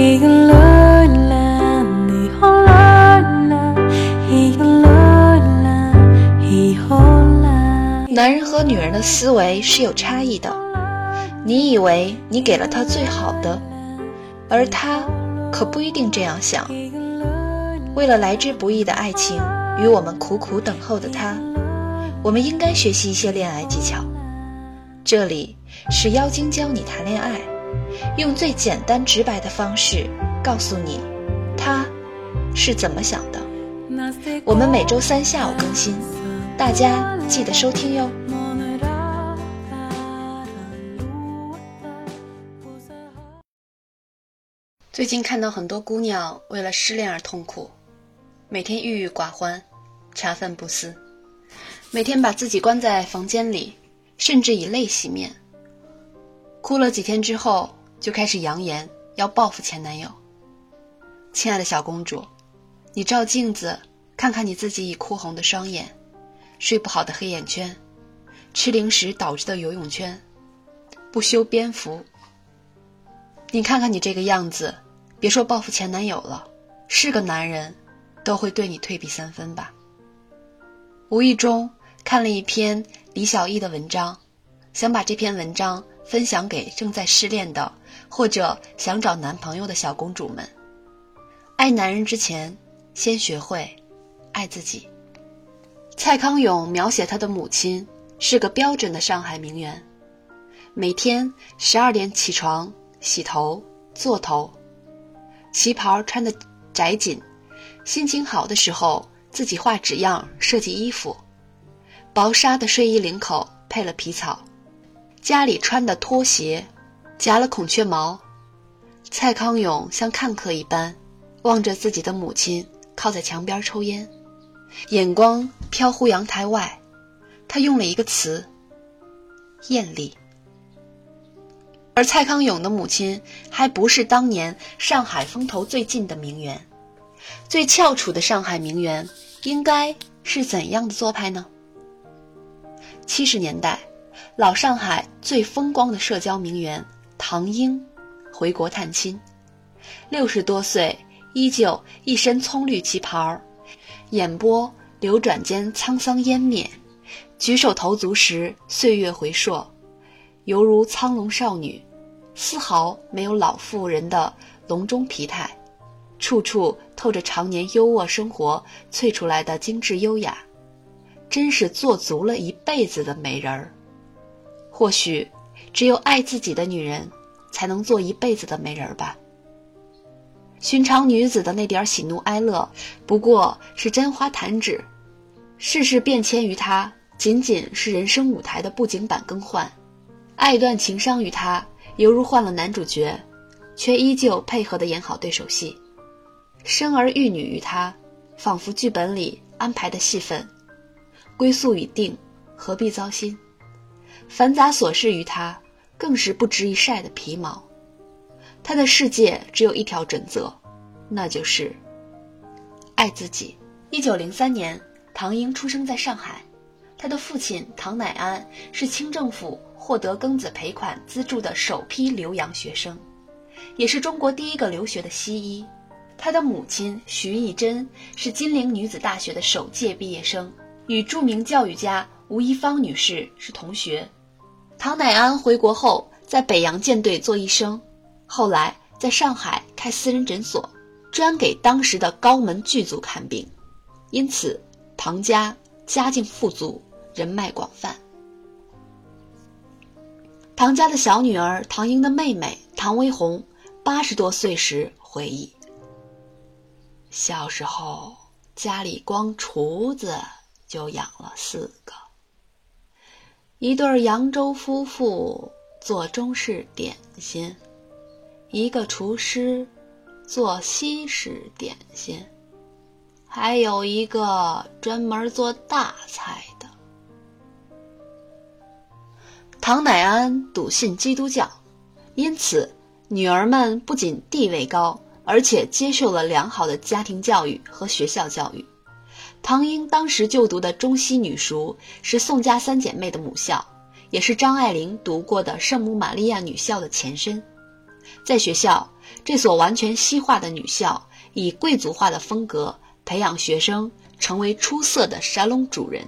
男人和女人的思维是有差异的，你以为你给了他最好的，而他可不一定这样想。为了来之不易的爱情与我们苦苦等候的他，我们应该学习一些恋爱技巧。这里是妖精教你谈恋爱，用最简单直白的方式告诉你他是怎么想的。我们每周三下午更新，大家记得收听哟。最近看到很多姑娘为了失恋而痛苦，每天郁郁寡欢，茶饭不思，每天把自己关在房间里，甚至以泪洗面。哭了几天之后，就开始扬言要报复前男友。亲爱的小公主，你照镜子看看你自己已哭红的双眼，睡不好的黑眼圈，吃零食导致的游泳圈，不修边幅。你看看你这个样子，别说报复前男友了，是个男人都会对你退避三分吧。无意中看了一篇李小艺的文章，想把这篇文章分享给正在失恋的或者想找男朋友的小公主们。爱男人之前，先学会爱自己。蔡康永描写他的母亲是个标准的上海名媛，每天12点起床，洗头做头，旗袍穿得窄紧，心情好的时候自己画纸样设计衣服，薄纱的睡衣领口配了皮草，家里穿的拖鞋夹了孔雀毛。蔡康永像看客一般望着自己的母亲靠在墙边抽烟，眼光飘忽阳台外，他用了一个词：艳丽。而蔡康永的母亲还不是当年上海风头最劲的名媛，最翘楚的上海名媛应该是怎样的做派呢？70年代，老上海最风光的社交名媛唐英回国探亲，60多岁依旧一身葱绿旗袍，眼波流转间沧桑湮灭，举手投足时岁月回溯，犹如苍龙少女，丝毫没有老妇人的笼中疲态，处处透着常年优渥生活萃出来的精致优雅，真是做足了一辈子的美人儿。或许只有爱自己的女人才能做一辈子的美人儿吧。寻常女子的那点喜怒哀乐不过是沾花弹指，世事变迁于她仅仅是人生舞台的布景板更换，爱断情伤于她犹如换了男主角，却依旧配合地演好对手戏。生儿育女于她仿佛剧本里安排的戏份，归宿已定，何必糟心。繁杂琐事于她更是不值一晒的皮毛。她的世界只有一条准则，那就是爱自己。1903年，唐英出生在上海，她的父亲唐乃安是清政府获得庚子赔款资助的首批留洋学生，也是中国第一个留学的西医。她的母亲徐艺珍是金陵女子大学的首届毕业生，与著名教育家吴一芳女士是同学。唐乃安回国后在北洋舰队做医生，后来在上海开私人诊所，专给当时的高门巨族看病，因此唐家家境富足，人脉广泛。唐家的小女儿唐英的妹妹唐薇红80多岁时回忆，小时候家里光厨子就养了4个，一对扬州夫妇做中式点心，一个厨师做西式点心，还有一个专门做大菜的。唐乃安笃信基督教，因此女儿们不仅地位高，而且接受了良好的家庭教育和学校教育。唐英当时就读的中西女塾是宋家三姐妹的母校，也是张爱玲读过的圣母玛利亚女校的前身。在学校， 这所完全西化的女校以贵族化的风格培养学生成为出色的沙龙主人。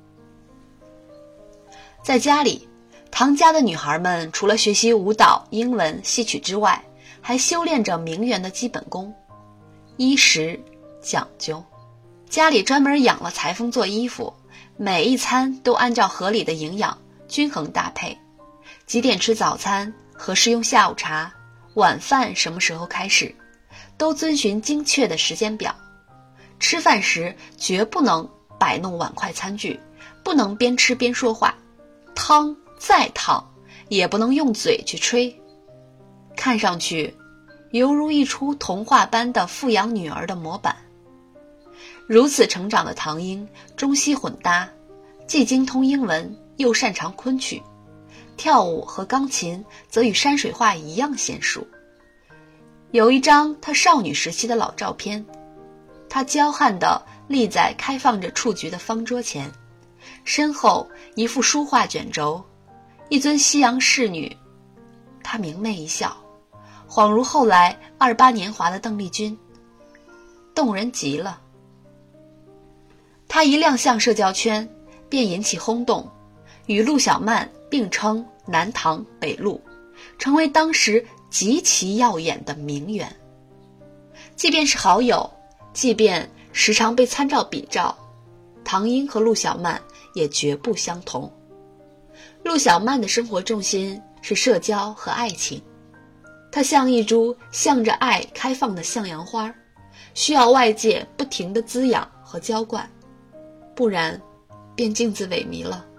在家里，唐家的女孩们除了学习舞蹈、英文、戏曲之外，还修炼着名媛的基本功。衣食讲究，家里专门养了裁缝做衣服，每一餐都按照合理的营养均衡搭配，几点吃早餐，何时用下午茶，晚饭什么时候开始，都遵循精确的时间表。吃饭时绝不能摆弄碗筷餐具，不能边吃边说话，汤再烫也不能用嘴去吹。看上去犹如一出童话般的富养女儿的模板。如此成长的唐英中西混搭，既精通英文又擅长昆曲，跳舞和钢琴则与山水画一样娴熟。有一张她少女时期的老照片，她娇憨地立在开放着雏菊的方桌前，身后一幅书画卷轴，一尊西洋仕女。她明媚一笑，恍如后来28年华的邓丽君，动人极了。她一亮相社交圈便引起轰动，与陆小曼并称南唐北陆，成为当时极其耀眼的名媛。即便是好友，即便时常被参照比照，唐英和陆小曼也绝不相同。陆小曼的生活重心是社交和爱情，她像一株向着爱开放的向阳花，需要外界不停的滋养和浇灌，不然便径自萎靡了。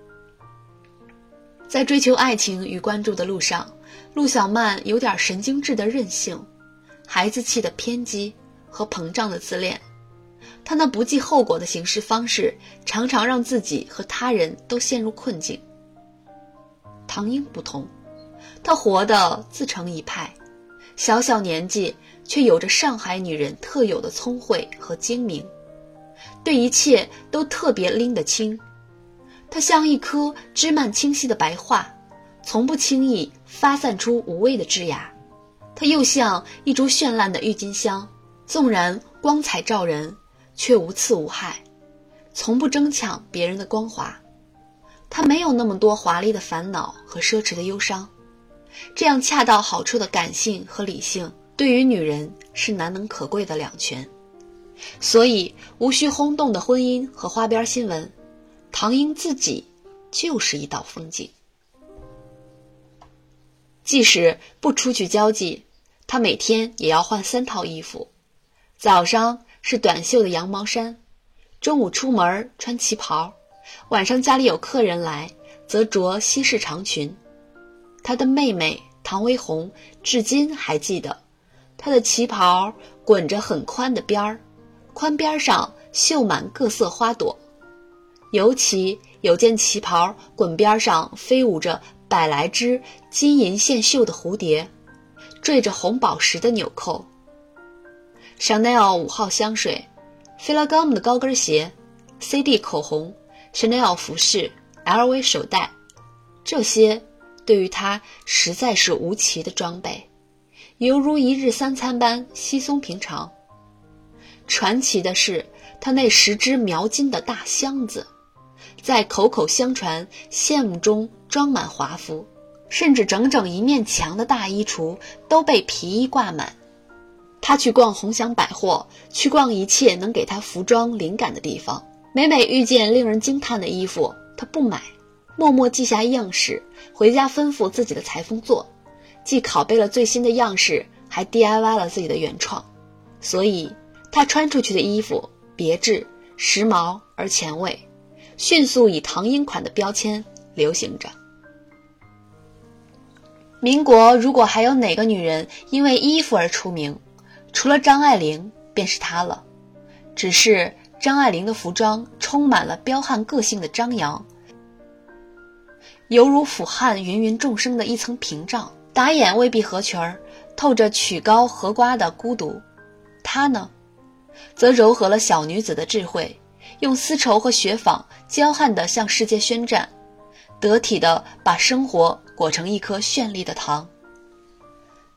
在追求爱情与关注的路上，陆小曼有点神经质的任性，孩子气的偏激和膨胀的自恋。她那不计后果的行事方式，常常让自己和他人都陷入困境。唐英不同，她活得自成一派，小小年纪却有着上海女人特有的聪慧和精明，对一切都特别拎得清。她像一颗枝蔓清晰的白桦，从不轻易发散出无谓的枝芽。她又像一株绚烂的郁金香，纵然光彩照人，却无刺无害，从不争抢别人的光华。她没有那么多华丽的烦恼和奢侈的忧伤，这样恰到好处的感性和理性，对于女人是难能可贵的两全。所以无需轰动的婚姻和花边新闻，唐英自己就是一道风景。即使不出去交际，她每天也要换3套衣服，早上是短袖的羊毛衫，中午出门穿旗袍，晚上家里有客人来则着西式长裙。她的妹妹唐薇红至今还记得，她的旗袍滚着很宽的边儿，宽边上绣满各色花朵，尤其有件旗袍滚边上飞舞着100来只金银线绣的蝴蝶，缀着红宝石的纽扣。Chanel 5号香水，菲拉戈姆的高跟鞋， CD 口红， Chanel 服饰， LV 手袋，这些对于她实在是无奇的装备，犹如一日3餐般稀松平常。传奇的是，她那10只描金的大箱子，在口口相传羡慕中装满华服，甚至整整一面墙的大衣橱都被皮衣挂满。她去逛鸿祥百货，去逛一切能给她服装灵感的地方，每每遇见令人惊叹的衣服，她不买，默默记下样式，回家吩咐自己的裁缝做，既拷贝了最新的样式，还 DIY 了自己的原创。所以她穿出去的衣服别致、时髦而前卫，迅速以唐英款的标签流行着。民国如果还有哪个女人因为衣服而出名，除了张爱玲便是她了。只是张爱玲的服装充满了彪悍个性的张扬，犹如俯瞰芸芸众生的一层屏障，打眼未必合群，透着曲高和寡的孤独。她呢，则糅合了小女子的智慧，用丝绸和雪纺娇悍地向世界宣战，得体地把生活裹成一颗绚丽的糖。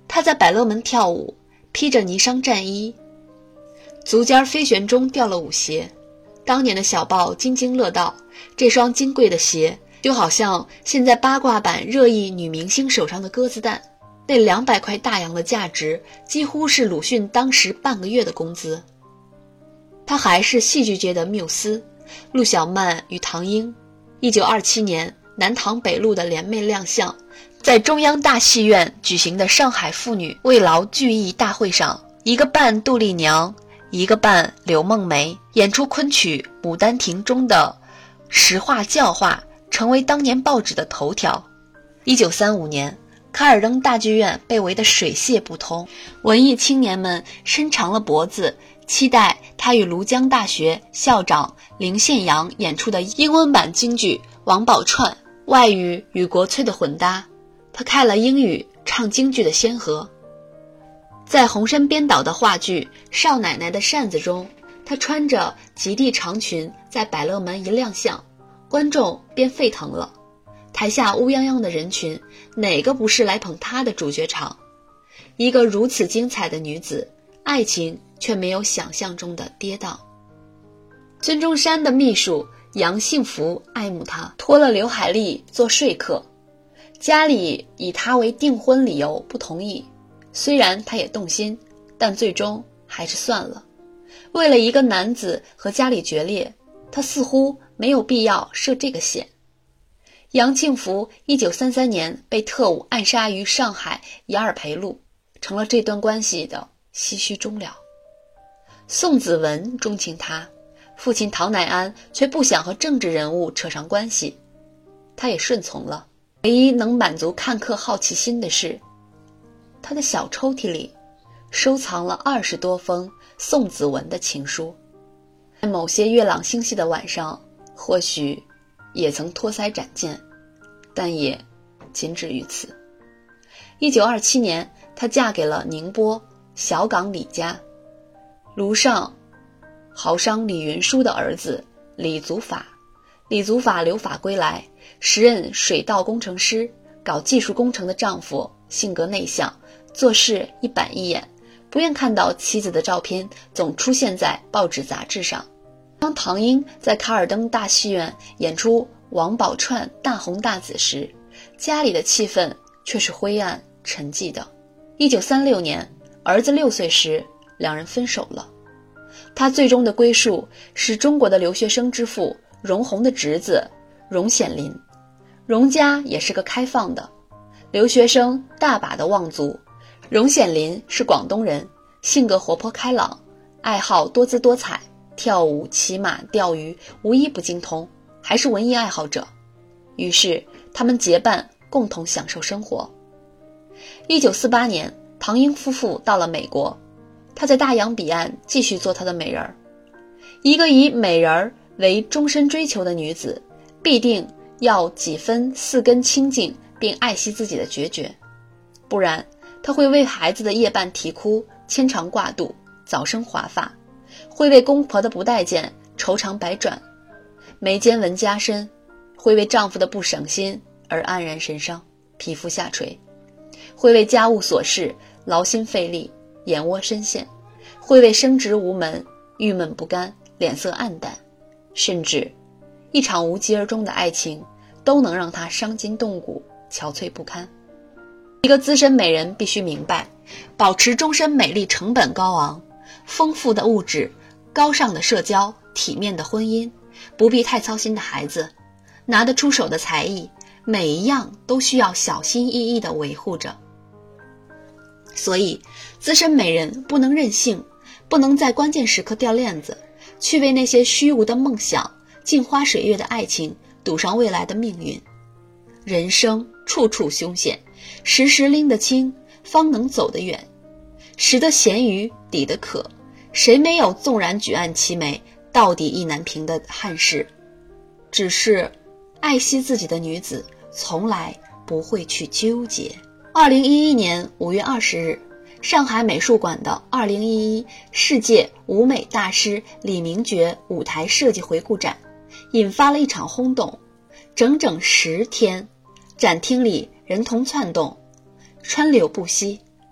他在百乐门跳舞，披着霓裳战衣，足尖飞旋中掉了舞鞋。当年的小报津津乐道，这双金贵的鞋就好像现在八卦版热议女明星手上的鸽子蛋，那200块大洋的价值几乎是鲁迅当时半个月的工资。他还是戏剧界的缪斯，陆小曼与唐英。1927年南唐北路的联袂亮相，在中央大戏院举行的上海妇女慰劳聚义大会上，一个扮杜丽娘，一个扮柳梦梅，演出昆曲《牡丹亭》中的实话教化，成为当年报纸的头条。1935年卡尔登大剧院被围得水泄不通，文艺青年们伸长了脖子，期待他与庐江大学校长林献阳演出的英文版京剧《王宝钏》，外语与国粹的混搭，他开了英语唱京剧的先河。在洪深编导的话剧《少奶奶的扇子》中，他穿着及地长裙在百乐门一亮相，观众便沸腾了。台下乌泱泱的人群，哪个不是来捧他的主角场？一个如此精彩的女子，爱情却没有想象中的跌宕。孙中山的秘书杨幸福爱慕他，托了刘海利做说客，家里以他为订婚理由不同意，虽然他也动心，但最终还是算了。为了一个男子和家里决裂，他似乎没有必要设这个险。杨庆福1933年被特务暗杀于上海雅尔培路，成了这段关系的唏嘘终了。宋子文钟情他，父亲陶乃安却不想和政治人物扯上关系，他也顺从了。唯一能满足看客好奇心的是，他的小抽屉里收藏了20多封宋子文的情书，在某些月朗星稀的晚上，或许也曾托腮展见，但也仅止于此。1927年，她嫁给了宁波小港李家，庐上豪商李云舒的儿子李祖法。李祖法留法归来，时任水道工程师，搞技术工程的丈夫性格内向，做事一板一眼，不愿看到妻子的照片总出现在报纸杂志上。当唐英在卡尔登大戏院演出《王宝钏大红大紫》时，家里的气氛却是灰暗沉寂的。1936年，儿子6岁时，两人分手了。他最终的归宿是中国的留学生之父容闳的侄子容显林。容家也是个开放的，留学生大把的望族。容显林是广东人，性格活泼开朗，爱好多姿多彩，跳舞、骑马、钓鱼无一不精通，还是文艺爱好者。于是他们结伴共同享受生活。1948年，唐英夫妇到了美国，她在大洋彼岸继续做她的美人儿。一个以美人儿为终身追求的女子，必定要几分4根清净并爱惜自己的决绝，不然她会为孩子的夜半啼哭，牵肠挂肚，早生华发，会为公婆的不待见愁肠百转，眉间纹加深，会为丈夫的不省心而黯然神伤，皮肤下垂，会为家务琐事劳心费力，眼窝深陷，会为升职无门郁闷不甘，脸色暗淡，甚至一场无疾而终的爱情都能让她伤筋动骨，憔悴不堪。一个资深美人必须明白，保持终身美丽成本高昂，丰富的物质，高尚的社交，体面的婚姻，不必太操心的孩子，拿得出手的才艺，每一样都需要小心翼翼地维护着。所以资深美人不能任性，不能在关键时刻掉链子，去为那些虚无的梦想、镜花水月的爱情赌上未来的命运。人生处处凶险，时时拎得清，方能走得远。食得咸鱼抵得渴，谁没有纵然举案齐眉，到底意难平的憾事？只是爱惜自己的女子从来不会去纠结。2011年5月20日，上海美术馆的2011世界舞美大师李明珏舞台设计回顾展引发了一场轰动，整整10天，展厅里人头窜动，川流不息，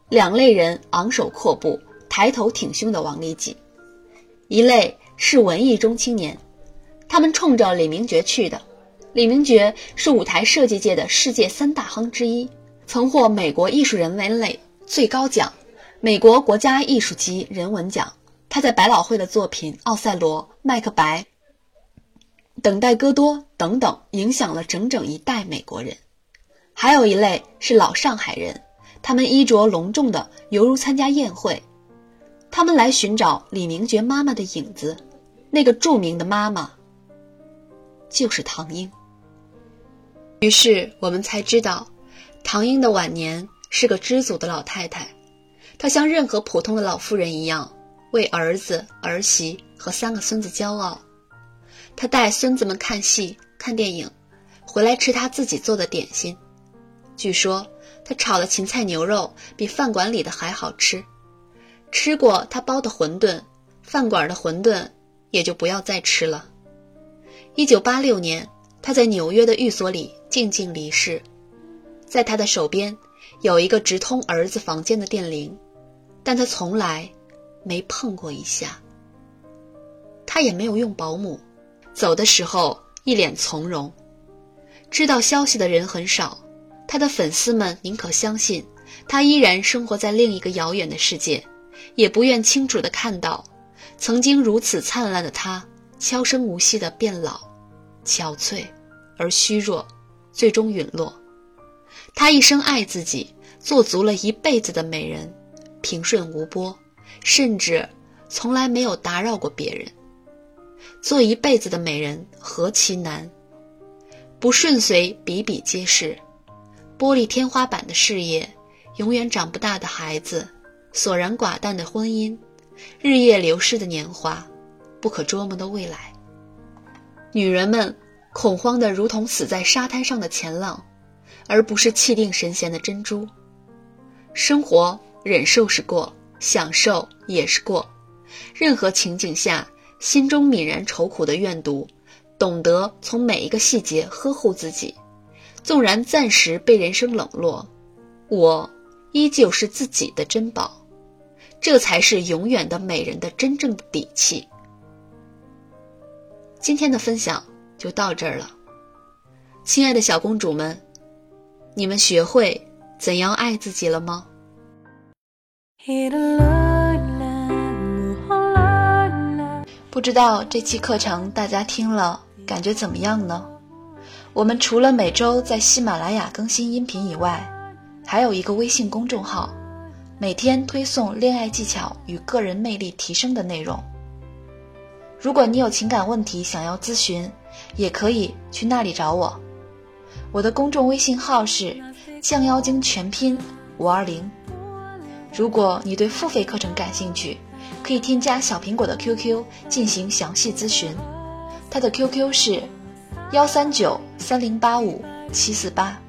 两类人昂首阔步，抬头挺胸的往里挤。一类是文艺中青年，他们冲着李明珏去的。李明珏是舞台设计界的世界三大亨之一，曾获美国艺术人文类最高奖、美国国家艺术级人文奖。他在百老汇的作品《奥赛罗》《麦克白》《等待戈多》等等影响了整整一代美国人。还有一类是老上海人，他们衣着隆重的犹如参加宴会，他们来寻找李明珏妈妈的影子，那个著名的妈妈就是唐英。于是我们才知道，唐英的晚年是个知足的老太太，她像任何普通的老妇人一样，为儿子、儿媳和3个孙子骄傲。她带孙子们看戏、看电影，回来吃她自己做的点心。据说她炒的芹菜牛肉比饭馆里的还好吃，吃过她包的馄饨，饭馆的馄饨也就不要再吃了。1986年，她在纽约的寓所里静静离世。在她的手边有一个直通儿子房间的电铃，但她从来没碰过一下。她也没有用保姆，走的时候一脸从容。知道消息的人很少，她的粉丝们宁可相信她依然生活在另一个遥远的世界，也不愿清楚地看到曾经如此灿烂的她悄声无息地变老、憔悴而虚弱，最终陨落。她一生爱自己，做足了一辈子的美人，平顺无波，甚至从来没有打扰过别人。做一辈子的美人何其难，不顺遂比比皆是，玻璃天花板的事业，永远长不大的孩子，索然寡淡的婚姻，日夜流逝的年华，不可捉摸的未来。女人们恐慌得如同死在沙滩上的前浪，而不是气定神闲的珍珠。生活忍受是过，享受也是过。任何情景下，心中泯然愁苦的怨毒，懂得从每一个细节呵护自己，纵然暂时被人生冷落，我依旧是自己的珍宝，这才是永远的美人的真正的底气。今天的分享就到这儿了，亲爱的小公主们，你们学会怎样爱自己了吗？不知道这期课程大家听了感觉怎么样呢？我们除了每周在喜马拉雅更新音频以外，还有一个微信公众号，每天推送恋爱技巧与个人魅力提升的内容。如果你有情感问题想要咨询，也可以去那里找我。我的公众微信号是酱妖精全拼520。如果你对付费课程感兴趣，可以添加小苹果的 QQ 进行详细咨询，他的 QQ 是1393085-748。